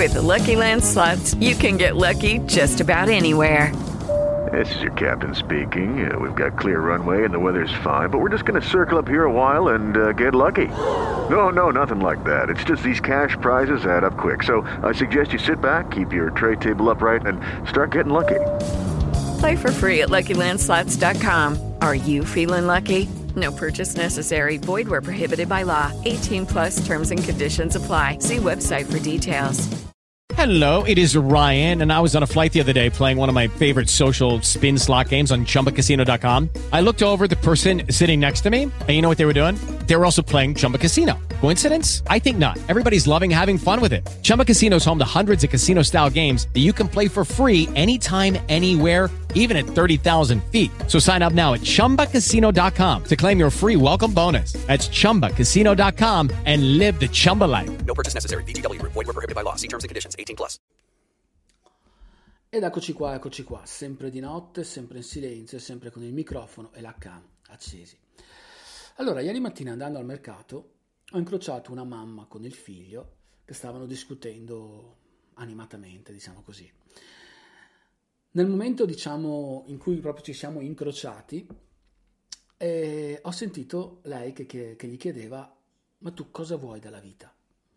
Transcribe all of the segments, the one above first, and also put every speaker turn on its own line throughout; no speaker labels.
With the Lucky Land Slots, you can get lucky just about anywhere.
This is your captain speaking. We've got clear runway and the weather's fine, but we're just going to circle up here a while and get lucky. No, nothing like that. It's just these cash prizes add up quick. So I suggest you sit back, keep your tray table upright, and start getting lucky.
Play for free at LuckyLandSlots.com. Are you feeling lucky? No purchase necessary. Void where prohibited by law. 18 plus terms and conditions apply. See website for details.
Hello, it is Ryan, and I was on a flight the other day playing one of my favorite social spin slot games on ChumbaCasino.com. I looked over at the person sitting next to me, and you know what they were doing? They were also playing Chumba Casino. Coincidence? I think not. Everybody's loving having fun with it. Chumba Casino is home to hundreds of casino-style games that you can play for free anytime, anywhere, even at 30,000 feet. So sign up now at ChumbaCasino.com to claim your free welcome bonus. That's ChumbaCasino.com and live the Chumba life.
No purchase necessary. VGW. Void where prohibited by law. See terms and conditions. 18 plus.
Ed eccoci qua, sempre di notte, sempre in silenzio, sempre con il microfono e la cam accesi. Allora, ieri mattina andando al mercato ho incrociato una mamma con il figlio che stavano discutendo animatamente, diciamo così. Nel momento, diciamo, in cui proprio ci siamo incrociati, ho sentito lei che gli chiedeva: ma tu cosa vuoi dalla vita?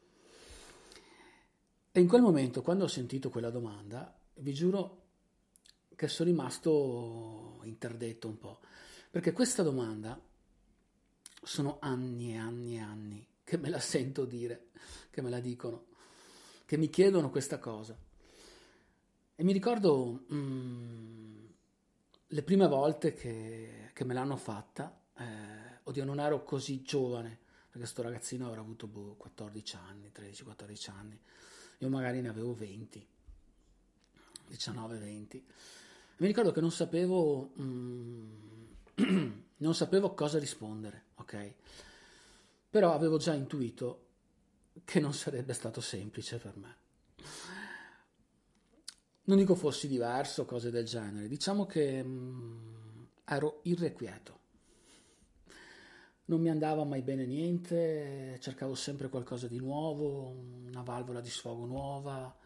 E in quel momento, quando ho sentito quella domanda, vi giuro che sono rimasto interdetto un po', perché questa domanda sono anni e anni e anni che me la sento dire, che me la dicono, che mi chiedono questa cosa. E mi ricordo le prime volte che me l'hanno fatta, oddio, non ero così giovane, perché sto ragazzino avrà avuto 14 anni, 13-14 anni, io magari ne avevo 20, 19-20. Mi ricordo che non sapevo cosa rispondere, ok? Però avevo già intuito che non sarebbe stato semplice per me. Non dico fossi diverso, cose del genere, diciamo che ero irrequieto. Non mi andava mai bene niente, cercavo sempre qualcosa di nuovo, una valvola di sfogo nuova.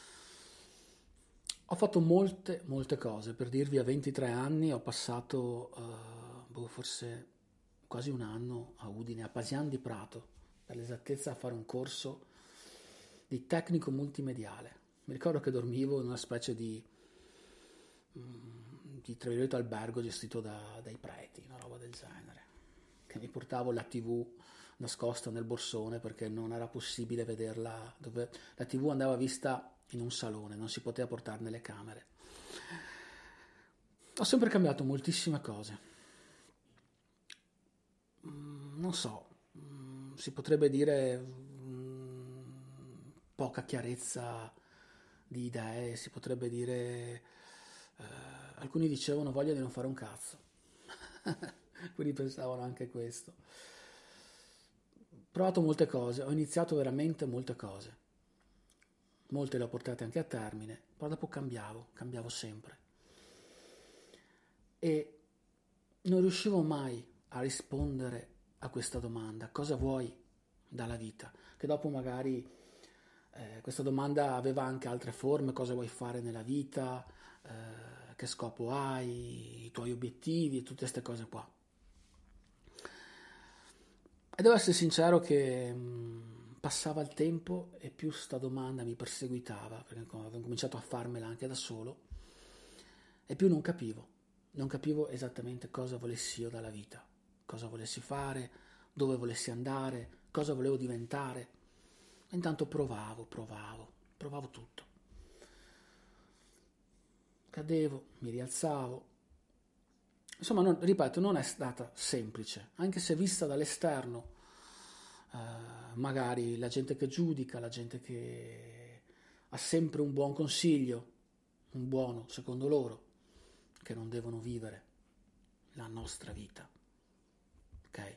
Ho fatto molte cose, per dirvi, a 23 anni ho passato forse quasi un anno a Udine, a Pasian di Prato, per l'esattezza a fare un corso di tecnico multimediale. Mi ricordo che dormivo in una specie di tra virgolette albergo gestito dai preti, una roba del genere, che mi portavo la TV nascosta nel borsone perché non era possibile vederla, dove la TV andava vista in un salone, non si poteva portare nelle camere. Ho sempre cambiato moltissime cose. Non so, si potrebbe dire poca chiarezza di idee, si potrebbe dire alcuni dicevano voglia di non fare un cazzo. Quindi pensavano anche questo. Ho provato molte cose, ho iniziato veramente molte cose. Molte le ho portate anche a termine, però dopo cambiavo sempre. E non riuscivo mai a rispondere a questa domanda: cosa vuoi dalla vita? Che dopo magari questa domanda aveva anche altre forme: cosa vuoi fare nella vita, che scopo hai, i tuoi obiettivi e tutte queste cose qua. E devo essere sincero che passava il tempo e più sta domanda mi perseguitava, perché avevo cominciato a farmela anche da solo, e più non capivo esattamente cosa volessi io dalla vita, cosa volessi fare, dove volessi andare, cosa volevo diventare. E intanto provavo tutto. Cadevo, mi rialzavo. Insomma, ripeto, non è stata semplice, anche se vista dall'esterno, magari la gente che giudica, la gente che ha sempre un buon consiglio, un buono secondo loro, che non devono vivere la nostra vita, ok?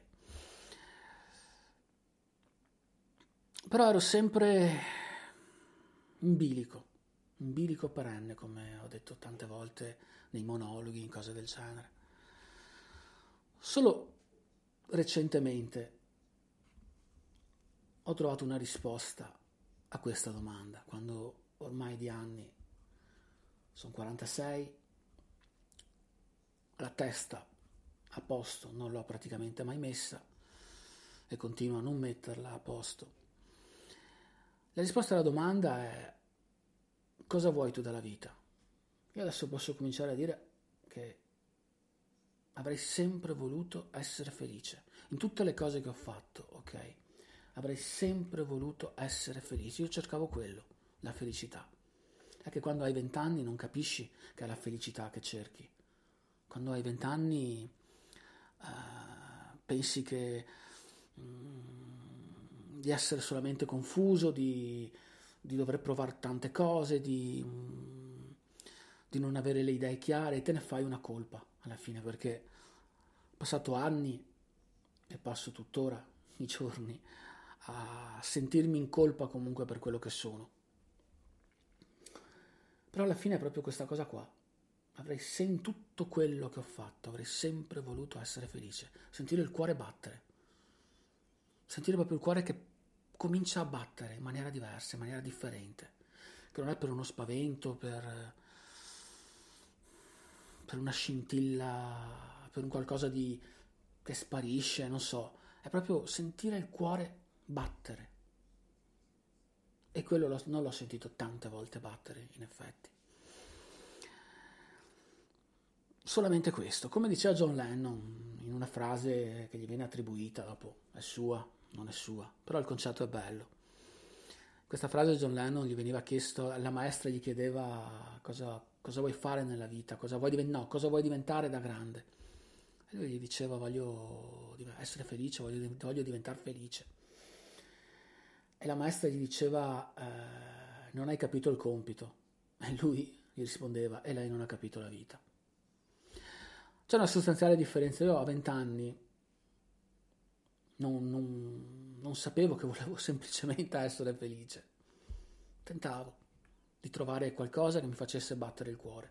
Però ero sempre in bilico perenne, come ho detto tante volte nei monologhi, in cose del genere. Solo recentemente ho trovato una risposta a questa domanda, quando ormai di anni sono 46, la testa a posto non l'ho praticamente mai messa e continuo a non metterla a posto. La risposta alla domanda è: cosa vuoi tu dalla vita? Io adesso posso cominciare a dire che avrei sempre voluto essere felice in tutte le cose che ho fatto, ok? Avrei sempre voluto essere felice. Io cercavo quello, la felicità. È che quando hai 20 anni non capisci che è la felicità che cerchi. Quando hai 20 anni pensi che di essere solamente confuso, di dover provare tante cose, di non avere le idee chiare, e te ne fai una colpa alla fine, perché ho passato anni e passo tuttora i giorni a sentirmi in colpa comunque per quello che sono. Però alla fine è proprio questa cosa qua. In tutto quello che ho fatto avrei sempre voluto essere felice, sentire il cuore battere, sentire proprio il cuore che comincia a battere in maniera diversa, in maniera differente, che non è per uno spavento, per una scintilla, per un qualcosa che sparisce, non so, è proprio sentire il cuore battere. E quello non l'ho sentito tante volte battere, in effetti. Solamente questo, come diceva John Lennon in una frase che gli viene attribuita, dopo è sua, non è sua, però il concetto è bello. Questa frase di John Lennon gli veniva chiesto, la maestra gli chiedeva cosa vuoi fare nella vita, cosa vuoi diventare da grande. E lui gli diceva: voglio essere felice, voglio diventare felice. E la maestra gli diceva: non hai capito il compito. E lui gli rispondeva: e lei non ha capito la vita. C'è una sostanziale differenza. Io a 20 anni non sapevo che volevo semplicemente essere felice. Tentavo di trovare qualcosa che mi facesse battere il cuore.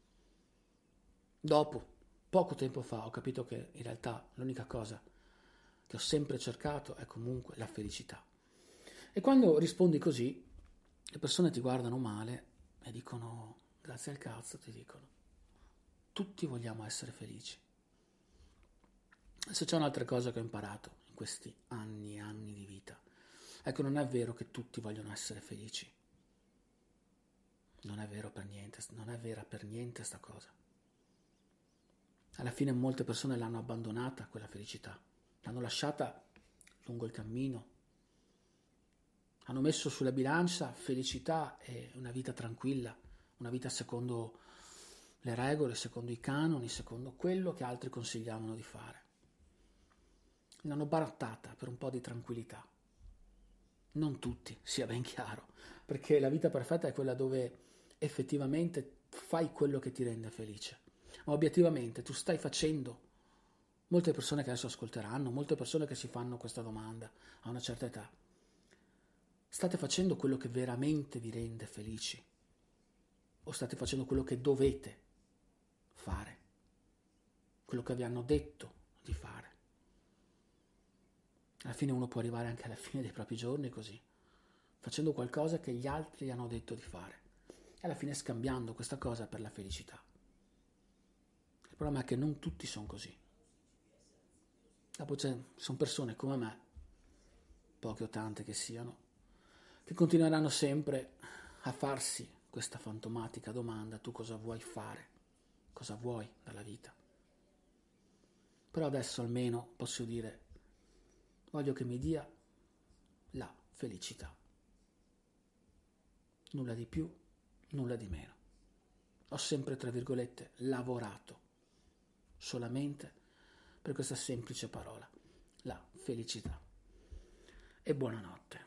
Dopo, poco tempo fa, ho capito che in realtà l'unica cosa che ho sempre cercato è comunque la felicità. E quando rispondi così, le persone ti guardano male e dicono: grazie al cazzo, ti dicono. Tutti vogliamo essere felici. Adesso c'è un'altra cosa che ho imparato in questi anni e anni di vita. Ecco, non è vero che tutti vogliono essere felici. Non è vero per niente, non è vera per niente sta cosa. Alla fine molte persone l'hanno abbandonata quella felicità, l'hanno lasciata lungo il cammino, hanno messo sulla bilancia felicità e una vita tranquilla, una vita secondo le regole, secondo i canoni, secondo quello che altri consigliavano di fare. L'hanno barattata per un po' di tranquillità. Non tutti, sia ben chiaro, perché la vita perfetta è quella dove effettivamente fai quello che ti rende felice. Ma obiettivamente tu stai facendo, molte persone che adesso ascolteranno, molte persone che si fanno questa domanda a una certa età, state facendo quello che veramente vi rende felici? O state facendo quello che dovete fare? Quello che vi hanno detto di fare? Alla fine uno può arrivare anche alla fine dei propri giorni così, facendo qualcosa che gli altri gli hanno detto di fare, e alla fine scambiando questa cosa per la felicità. Il problema è che non tutti sono così. Dopo sono persone come me, poche o tante che siano, che continueranno sempre a farsi questa fantomatica domanda: tu cosa vuoi fare? Cosa vuoi dalla vita? Però adesso almeno posso dire: voglio che mi dia la felicità. Nulla di più, nulla di meno. Ho sempre, tra virgolette, lavorato solamente per questa semplice parola, la felicità. E buonanotte.